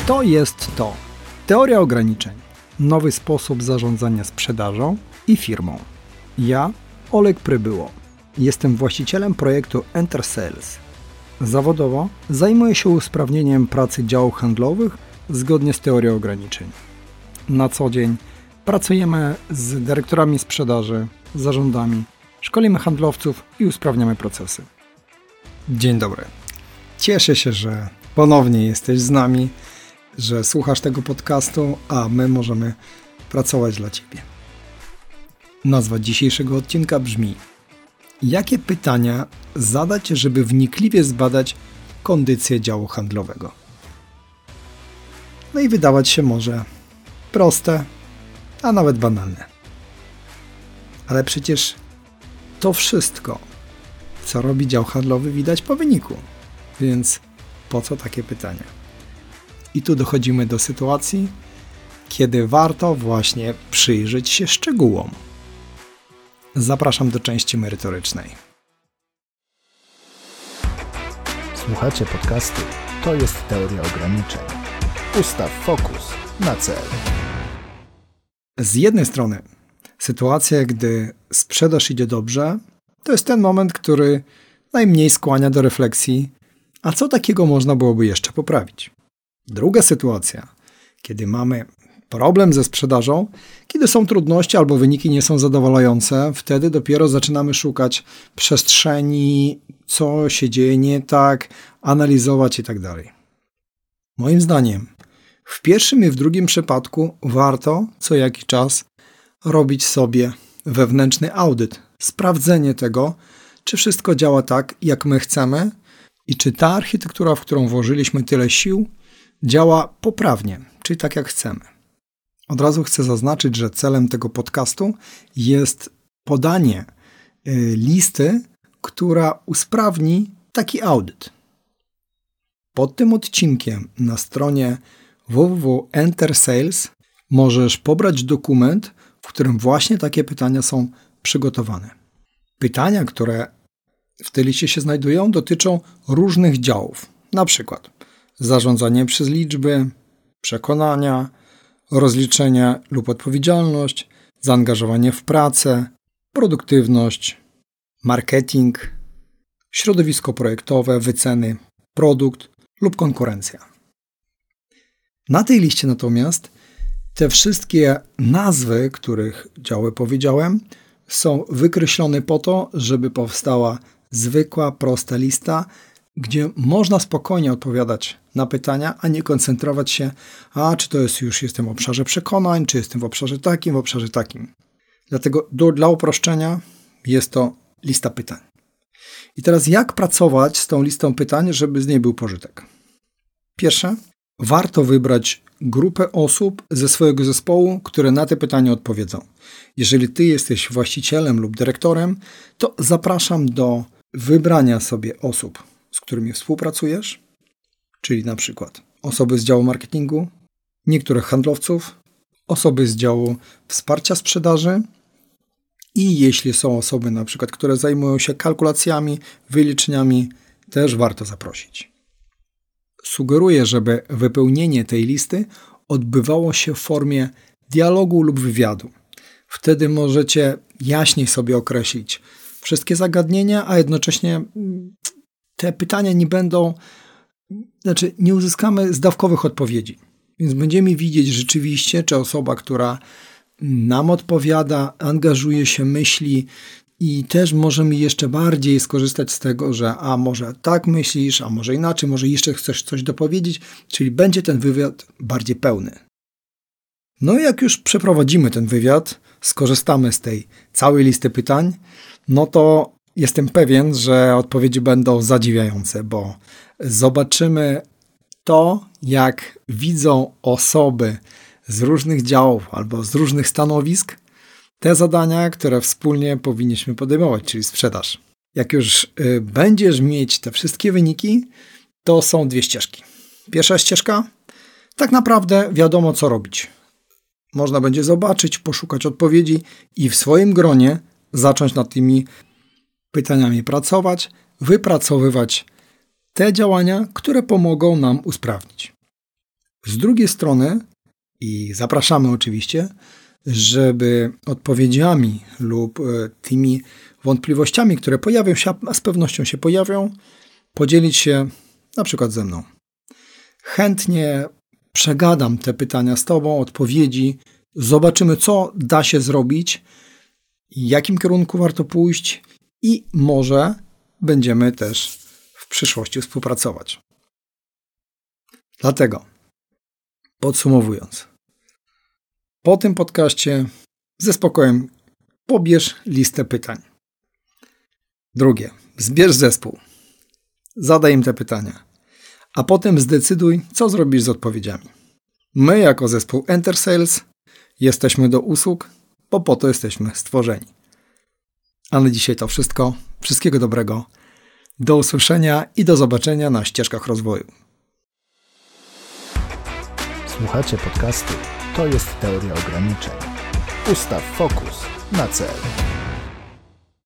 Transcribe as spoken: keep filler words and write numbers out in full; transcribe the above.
To jest to. Teoria ograniczeń. Nowy sposób zarządzania sprzedażą i firmą. Ja, Oleg Przybyło. Jestem właścicielem projektu Enter Sales. Zawodowo zajmuję się usprawnieniem pracy działów handlowych zgodnie z teorią ograniczeń. Na co dzień pracujemy z dyrektorami sprzedaży, zarządami, szkolimy handlowców i usprawniamy procesy. Dzień dobry. Cieszę się, że ponownie jesteś z nami, że słuchasz tego podcastu, a my możemy pracować dla Ciebie. Nazwa dzisiejszego odcinka brzmi: jakie pytania zadać, żeby wnikliwie zbadać kondycję działu handlowego? No i wydawać się może proste, a nawet banalne. Ale przecież to wszystko, co robi dział handlowy, widać po wyniku. Więc po co takie pytania? I tu dochodzimy do sytuacji, kiedy warto właśnie przyjrzeć się szczegółom. Zapraszam do części merytorycznej. Słuchacie podcastu To jest teoria ograniczeń. Ustaw fokus na cel. Z jednej strony sytuacja, gdy sprzedaż idzie dobrze, to jest ten moment, który najmniej skłania do refleksji, a co takiego można byłoby jeszcze poprawić. Druga sytuacja, kiedy mamy problem ze sprzedażą, kiedy są trudności albo wyniki nie są zadowalające, wtedy dopiero zaczynamy szukać przestrzeni, co się dzieje nie tak, analizować i tak dalej. Moim zdaniem w pierwszym i w drugim przypadku warto co jakiś czas robić sobie wewnętrzny audyt, sprawdzenie tego, czy wszystko działa tak, jak my chcemy i czy ta architektura, w którą włożyliśmy tyle sił, działa poprawnie, czyli tak jak chcemy. Od razu chcę zaznaczyć, że celem tego podcastu jest podanie listy, która usprawni taki audyt. Pod tym odcinkiem na stronie w w w kropka enter sales możesz pobrać dokument, w którym właśnie takie pytania są przygotowane. Pytania, które w tej liście się znajdują, dotyczą różnych działów, na przykład zarządzanie przez liczby, przekonania, rozliczenia lub odpowiedzialność, zaangażowanie w pracę, produktywność, marketing, środowisko projektowe, wyceny, produkt lub konkurencja. Na tej liście natomiast te wszystkie nazwy, których działy powiedziałem, są wykreślone po to, żeby powstała zwykła, prosta lista, gdzie można spokojnie odpowiadać na pytania, a nie koncentrować się, a czy to jest już jestem w obszarze przekonań, czy jestem w obszarze takim, w obszarze takim. Dlatego do, dla uproszczenia jest to lista pytań. I teraz jak pracować z tą listą pytań, żeby z niej był pożytek? Pierwsze, warto wybrać grupę osób ze swojego zespołu, które na te pytania odpowiedzą. Jeżeli ty jesteś właścicielem lub dyrektorem, to zapraszam do wybrania sobie osób, z którymi współpracujesz, czyli na przykład osoby z działu marketingu, niektórych handlowców, osoby z działu wsparcia sprzedaży i jeśli są osoby na przykład, które zajmują się kalkulacjami, wyliczeniami, też warto zaprosić. Sugeruję, żeby wypełnienie tej listy odbywało się w formie dialogu lub wywiadu. Wtedy możecie jaśniej sobie określić wszystkie zagadnienia, a jednocześnie te pytania nie będą, znaczy nie uzyskamy zdawkowych odpowiedzi. Więc będziemy widzieć rzeczywiście, czy osoba, która nam odpowiada, angażuje się, myśli i też możemy jeszcze bardziej skorzystać z tego, że a może tak myślisz, a może inaczej, może jeszcze chcesz coś dopowiedzieć, czyli będzie ten wywiad bardziej pełny. No i jak już przeprowadzimy ten wywiad, skorzystamy z tej całej listy pytań, no to jestem pewien, że odpowiedzi będą zadziwiające, bo zobaczymy to, jak widzą osoby z różnych działów albo z różnych stanowisk te zadania, które wspólnie powinniśmy podejmować, czyli sprzedaż. Jak już y, będziesz mieć te wszystkie wyniki, to są dwie ścieżki. Pierwsza ścieżka, tak naprawdę wiadomo, co robić. Można będzie zobaczyć, poszukać odpowiedzi i w swoim gronie zacząć nad tymi pytaniami pracować, wypracowywać te działania, które pomogą nam usprawnić. Z drugiej strony, i zapraszamy oczywiście, żeby odpowiedziami lub tymi wątpliwościami, które pojawią się, a z pewnością się pojawią, podzielić się na przykład ze mną. Chętnie przegadam te pytania z Tobą, odpowiedzi, zobaczymy, co da się zrobić, w jakim kierunku warto pójść i może będziemy też w przyszłości współpracować. Dlatego, podsumowując, po tym podcaście ze spokojem pobierz listę pytań. Drugie, zbierz zespół, zadaj im te pytania, a potem zdecyduj, co zrobisz z odpowiedziami. My jako zespół Enter Sales jesteśmy do usług, bo po to jesteśmy stworzeni. A na dzisiaj to wszystko. Wszystkiego dobrego. Do usłyszenia i do zobaczenia na ścieżkach rozwoju. Słuchacie podcastu To jest teoria ograniczeń. Ustaw fokus na cel.